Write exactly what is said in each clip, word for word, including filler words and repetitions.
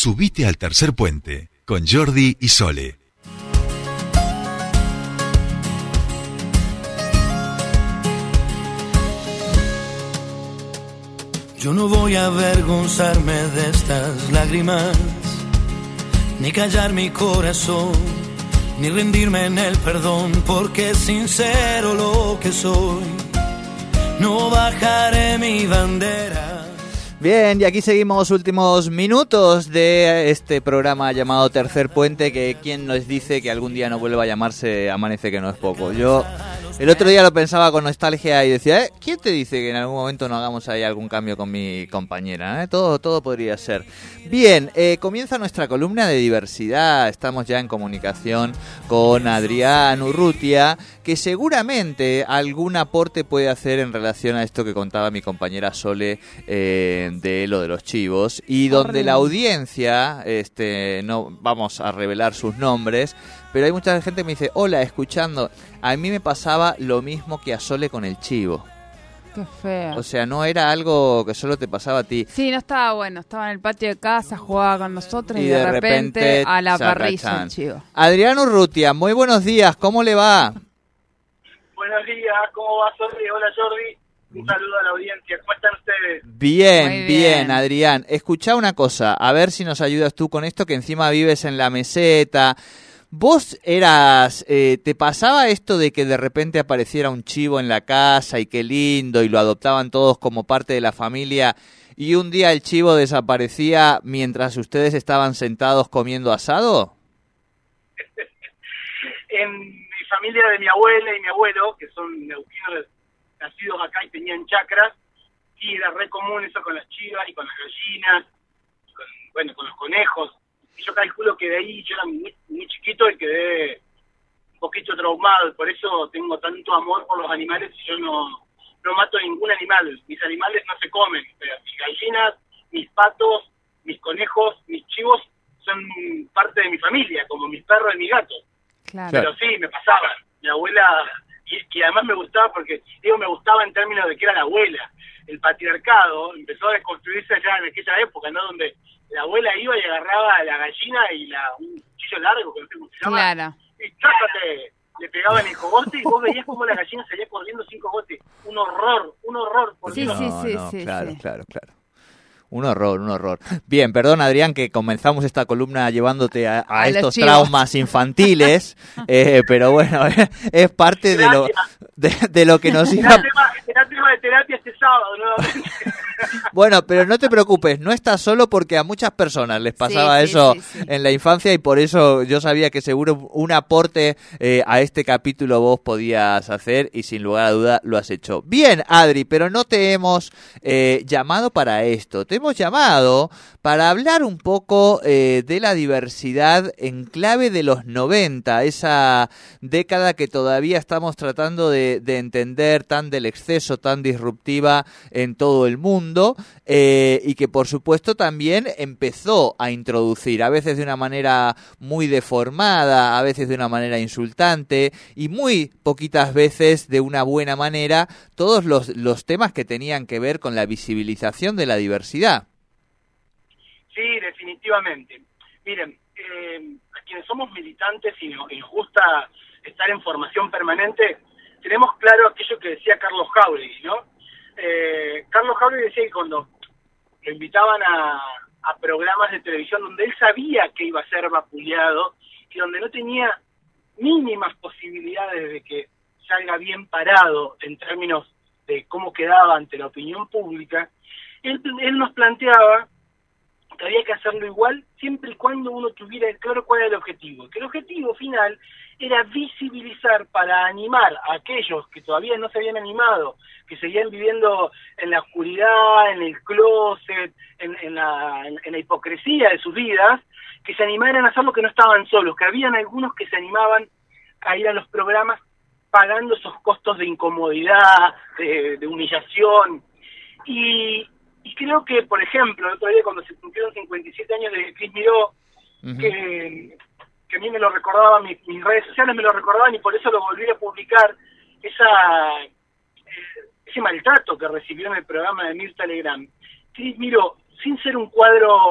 Subite al tercer puente con Jordi y Sole. Yo no voy a avergonzarme de estas lágrimas, ni callar mi corazón, ni rendirme en el perdón, porque es sincero lo que soy. No bajaré mi bandera. Bien, y aquí seguimos últimos minutos de este programa llamado Tercer Puente, que quien nos dice que algún día no vuelva a llamarse Amanece que no es poco. Yo el otro día lo pensaba con nostalgia y decía, ¿eh? ¿quién te dice que en algún momento no hagamos ahí algún cambio con mi compañera? ¿eh? Todo, todo podría ser. Bien, eh, comienza nuestra columna de diversidad. Estamos ya en comunicación con Adrián Urrutia, que seguramente algún aporte puede hacer en relación a esto que contaba mi compañera Sole eh, de lo de los chivos, y donde la audiencia, este, no vamos a revelar sus nombres, pero hay mucha gente que me dice, hola, escuchando, a mí me pasaba lo mismo que a Sole con el chivo. Qué feo. O sea, no era algo que solo te pasaba a ti. Sí, no estaba bueno, estaba en el patio de casa, jugaba con nosotros y, y de, de repente, repente a la chacachán. parrilla el chivo. Adrián Urrutia, muy buenos días, ¿cómo le va? Buenos días, ¿cómo va, Jordi? Hola, Jordi. Un saludo a la audiencia. ¿Cómo están ustedes? Bien, Muy bien, bien, Adrián. Escuchá una cosa, a ver si nos ayudas tú con esto, que encima vives en la meseta. ¿Vos eras, eh, te pasaba esto de que de repente apareciera un chivo en la casa y qué lindo y lo adoptaban todos como parte de la familia y un día el chivo desaparecía mientras ustedes estaban sentados comiendo asado? En mi familia de mi abuela y mi abuelo, que son neuquinos nacidos acá y tenían chacras, sí, era re común eso con las chivas y con las gallinas, con, bueno, con los conejos. Y yo calculo que de ahí yo era muy, muy chiquito y quedé un poquito traumado, y por eso tengo tanto amor por los animales y yo no, no mato ningún animal. Mis animales no se comen, pero mis gallinas, mis patos, mis conejos, mis chivos son parte de mi familia, como mis perros y mis gatos. Claro. Pero sí, me pasaba. Mi abuela, y, y además me gustaba porque, digo, me gustaba en términos de que era la abuela. El patriarcado empezó a desconstruirse ya en aquella época, ¿no? Donde la abuela iba y agarraba a la gallina y la un cuchillo largo, que no sé cómo se llama, Claro. y chácate, le pegaban el cogote y vos veías cómo la gallina salía corriendo sin cogote. Un horror, un horror. Por Sí, Dios. sí, No, sí, no, sí, claro, sí. claro, claro. Un horror, un horror. Bien, perdón, Adrián, que comenzamos esta columna llevándote a, a A los estos chivos. traumas infantiles, eh, pero bueno, es parte de lo, de, de lo que nos iba... Era tema, era tema de terapia este sábado, nuevamente. Bueno, pero no te preocupes, no estás solo porque a muchas personas les pasaba Sí, sí, eso sí, sí. en la infancia y por eso yo sabía que seguro un aporte eh, a este capítulo vos podías hacer y sin lugar a duda lo has hecho. Bien, Adri, pero no te hemos eh, llamado para esto, te hemos llamado para hablar un poco eh, de la diversidad en clave de los noventa, esa década que todavía estamos tratando de, de entender, tan del exceso, tan disruptiva en todo el mundo, eh, y que por supuesto también empezó a introducir, a veces de una manera muy deformada, a veces de una manera insultante y muy poquitas veces de una buena manera, todos los, los temas que tenían que ver con la visibilización de la diversidad. Sí, definitivamente. Miren, eh, a quienes somos militantes y nos, y nos gusta estar en formación permanente, tenemos claro aquello que decía Carlos Jauregui, ¿no? Eh, Carlos Jauregui decía que cuando lo invitaban a, a programas de televisión donde él sabía que iba a ser vapuleado y donde no tenía mínimas posibilidades de que salga bien parado en términos de cómo quedaba ante la opinión pública, él, él nos planteaba que había que hacerlo igual siempre y cuando uno tuviera claro cuál era el objetivo. Que el objetivo final era visibilizar para animar a aquellos que todavía no se habían animado, que seguían viviendo en la oscuridad, en el closet, en, en, la, en, en la hipocresía de sus vidas, que se animaran a hacer lo que no estaban solos, que habían algunos que se animaban a ir a los programas pagando esos costos de incomodidad, de, de humillación. Y, y creo que, por ejemplo, el otro día cuando se cumplieron cincuenta y siete años de Cris Miró, uh-huh. que, que a mí me lo recordaban, mis, mis redes sociales me lo recordaban y por eso lo volví a publicar, esa eh, ese maltrato que recibió en el programa de Mirta Legrand. Cris Miró, sin ser un cuadro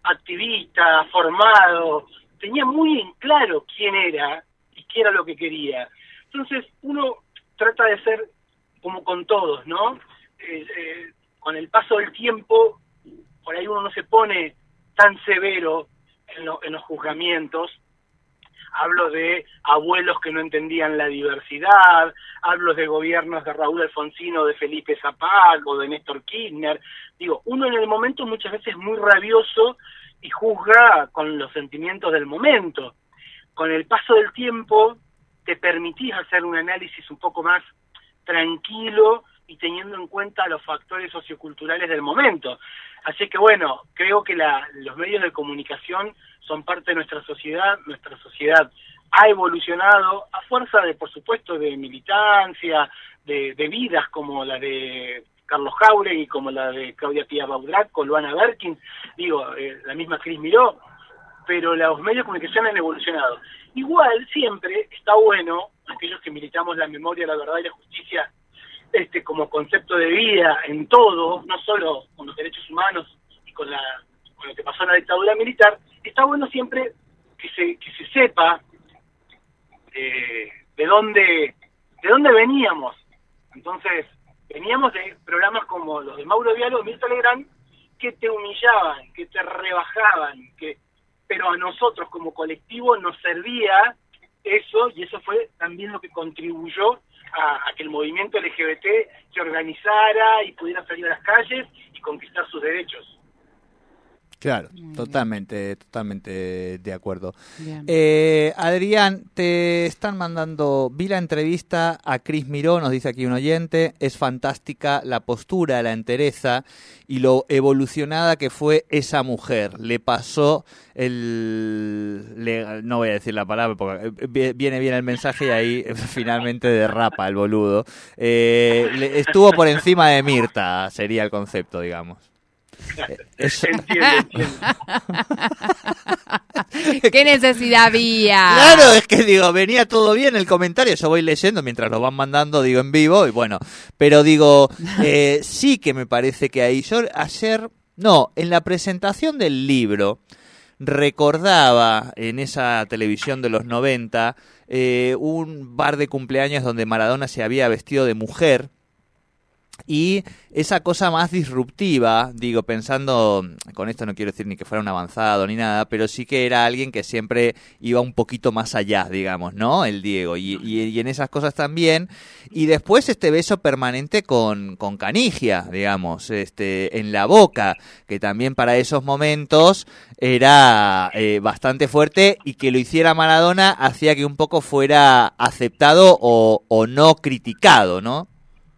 activista, formado, tenía muy en claro quién era y qué era lo que quería. Entonces uno trata de ser como con todos, ¿no? Eh, eh, con el paso del tiempo, por ahí uno no se pone tan severo en, lo, en los juzgamientos. Hablo de abuelos que no entendían la diversidad, hablo de gobiernos de Raúl Alfonsín o de Felipe Zapag o de Néstor Kirchner. Digo, uno en el momento muchas veces es muy rabioso y juzga con los sentimientos del momento. Con el paso del tiempo te permitís hacer un análisis un poco más tranquilo y teniendo en cuenta los factores socioculturales del momento. Así que bueno, creo que la, los medios de comunicación son parte de nuestra sociedad. Nuestra sociedad ha evolucionado a fuerza de, por supuesto, de militancia, de, de vidas como la de Carlos Jáuregui, como la de Claudia Pía Baudrat, con Luana Berkins, digo, eh, la misma Cris Miró, pero los medios de comunicación han evolucionado. Igual, siempre está bueno, aquellos que militamos la memoria, la verdad y la justicia, este como concepto de vida en todo, no solo con los derechos humanos y con la con lo que pasó en la dictadura militar, está bueno siempre que se que se sepa eh, de dónde de dónde veníamos. Entonces, veníamos de programas como los de Mauro Vialo, Mirta Legrand, que te humillaban, que te rebajaban, que pero a nosotros como colectivo nos servía eso, y eso fue también lo que contribuyó a, a que el movimiento L G B T se organizara y pudiera salir a las calles y conquistar sus derechos. Claro, totalmente, totalmente de acuerdo. Eh, Adrián, te están mandando, vi la entrevista a Cris Miró, nos dice aquí un oyente, es fantástica la postura, la entereza y lo evolucionada que fue esa mujer. Le pasó el... Le, no voy a decir la palabra porque viene bien el mensaje y ahí finalmente derrapa el boludo. Eh, le, estuvo por encima de Mirta, sería el concepto, digamos. Eso. Entiendo, entiendo. ¿Qué necesidad había? Claro, es que digo, venía todo bien el comentario, yo voy leyendo mientras lo van mandando, digo, en vivo, y bueno, pero digo, eh, sí que me parece que ahí, yo ayer, no, en la presentación del libro, recordaba en esa televisión de los noventa, eh, un bar de cumpleaños donde Maradona se había vestido de mujer, y esa cosa más disruptiva, digo, pensando, con esto no quiero decir ni que fuera un avanzado ni nada, pero sí que era alguien que siempre iba un poquito más allá, digamos, ¿no? El Diego, y, y, y en esas cosas también. Y después este beso permanente con, con Canigia, digamos, este, en la boca, que también para esos momentos era eh, bastante fuerte, y que lo hiciera Maradona hacía que un poco fuera aceptado o, o no criticado, ¿no?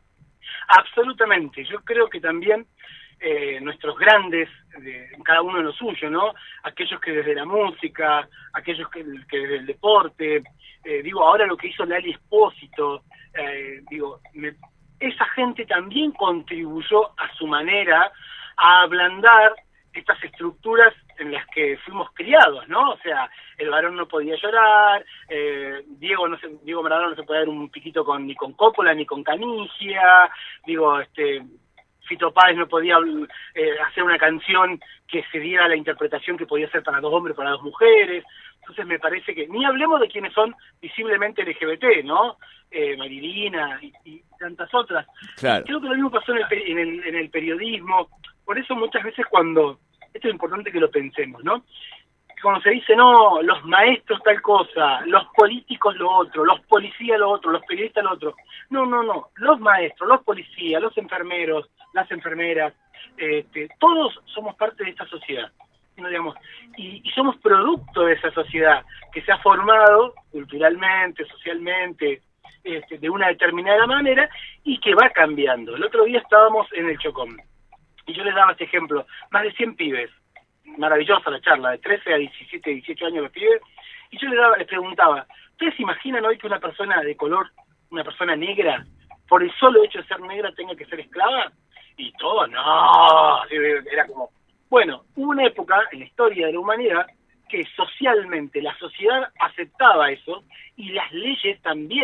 Absolutamente, yo creo que también eh, nuestros grandes, de, cada uno en lo suyo, ¿no? Aquellos que desde la música, aquellos que, que desde el deporte, eh, digo, ahora lo que hizo Lali Espósito, eh, digo, me, esa gente también contribuyó a su manera a ablandar estas estructuras en las que fuimos criados, ¿no? O sea, el varón no podía llorar, eh, Diego no se, Diego Maradona no se podía dar un piquito con ni con Coppola ni con Canigia, digo, este, Fito Páez no podía eh, hacer una canción que se diera la interpretación que podía ser para dos hombres, para dos mujeres. Entonces me parece que, ni hablemos de quienes son visiblemente L G B T, ¿no? Eh, Marilina y, y tantas otras. Claro. Creo que lo mismo pasó en el, en el, en el periodismo. Por eso muchas veces cuando, esto es importante que lo pensemos, ¿no? Cuando se dice, no, los maestros tal cosa, los políticos lo otro, los policías lo otro, los periodistas lo otro. No, no, no, los maestros, los policías, los enfermeros, las enfermeras, este, todos somos parte de esta sociedad, ¿no? Digamos, y, y somos producto de esa sociedad que se ha formado culturalmente, socialmente, este, de una determinada manera y que va cambiando. El otro día estábamos en el Chocón y yo les daba este ejemplo, más de cien pibes, maravillosa la charla, de trece a diecisiete, dieciocho años los pibes, y yo les, daba, les preguntaba, ¿ustedes se imaginan hoy que una persona de color, una persona negra, por el solo hecho de ser negra tenga que ser esclava? Y todo, no, era como, bueno, hubo una época en la historia de la humanidad que socialmente la sociedad aceptaba eso y las leyes también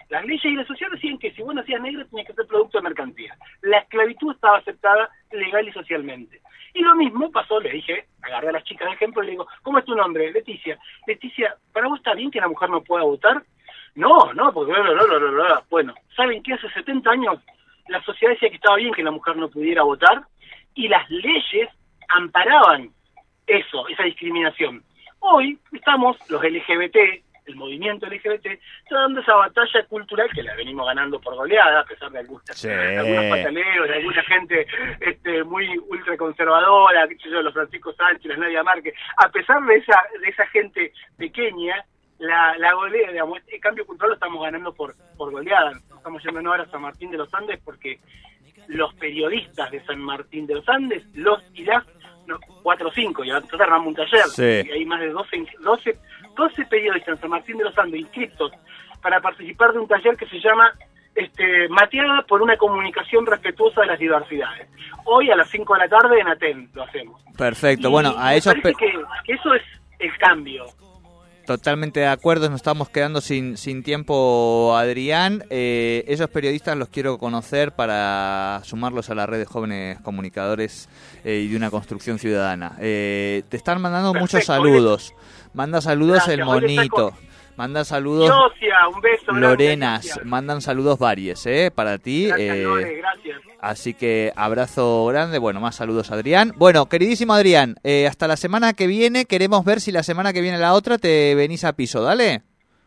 Las leyes y la sociedad decían que si vos nacías negro tenías que ser producto de mercancía. La esclavitud estaba aceptada legal y socialmente. Y lo mismo pasó, le dije, agarré a las chicas de ejemplo y le digo, ¿cómo es tu nombre? Leticia. Leticia, ¿para vos está bien que la mujer no pueda votar? No, no, porque bla, bla, bla, bla, bla. Bueno, ¿saben qué? Hace setenta años la sociedad decía que estaba bien que la mujer no pudiera votar y las leyes amparaban eso, esa discriminación. Hoy estamos, los L G B T, el movimiento L G B T, está dando esa batalla cultural que la venimos ganando por goleada, a pesar de algunas, sí. de algunos pataleos, de alguna gente este, muy ultraconservadora, qué sé yo, los Francisco Sánchez, las Nadia Márquez, a pesar de esa de esa gente pequeña, la, la golea, digamos, el cambio cultural lo estamos ganando por, por goleada. Estamos yendo ahora a San Martín de los Andes porque los periodistas de San Martín de los Andes, los y las, no, cuatro o cinco, y nosotros armamos un taller, sí. y hay más de doce, doce, doce periodistas en San Martín de los Andes inscritos para participar de un taller que se llama este, Mateada por una comunicación respetuosa de las diversidades. Hoy a las cinco de la tarde en Aten lo hacemos. Perfecto, Y bueno, a me esos... parece que, que eso es el cambio. Totalmente de acuerdo, nos estamos quedando sin, sin tiempo, Adrián. Eh, esos periodistas los quiero conocer para sumarlos a la red de jóvenes comunicadores eh, y de una construcción ciudadana. Eh, te están mandando Perfecto, muchos saludos. Manda saludos Gracias, el monito. Manda saludos Yosia, un beso Lorenas, grande, mandan saludos varios, ¿eh? Para ti. Gracias, eh, Lore, gracias. Así que abrazo grande, bueno, más saludos Adrián. Bueno, queridísimo Adrián, eh, hasta la semana que viene, queremos ver si la semana que viene la otra te venís a piso, dale.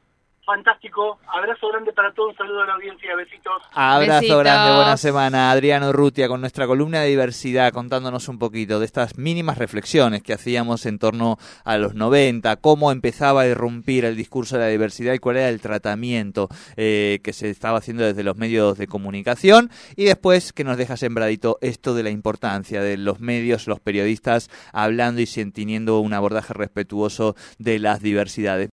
Fantástico, abrazo grande para todos, un saludo a la audiencia, besitos. Abrazo Besitos. grande, buena semana. Adrián Urrutia con nuestra columna de diversidad, contándonos un poquito de estas mínimas reflexiones que hacíamos en torno a los noventa, cómo empezaba a irrumpir el discurso de la diversidad y cuál era el tratamiento eh, que se estaba haciendo desde los medios de comunicación, y después que nos deja sembradito esto de la importancia de los medios, los periodistas, hablando y teniendo un abordaje respetuoso de las diversidades.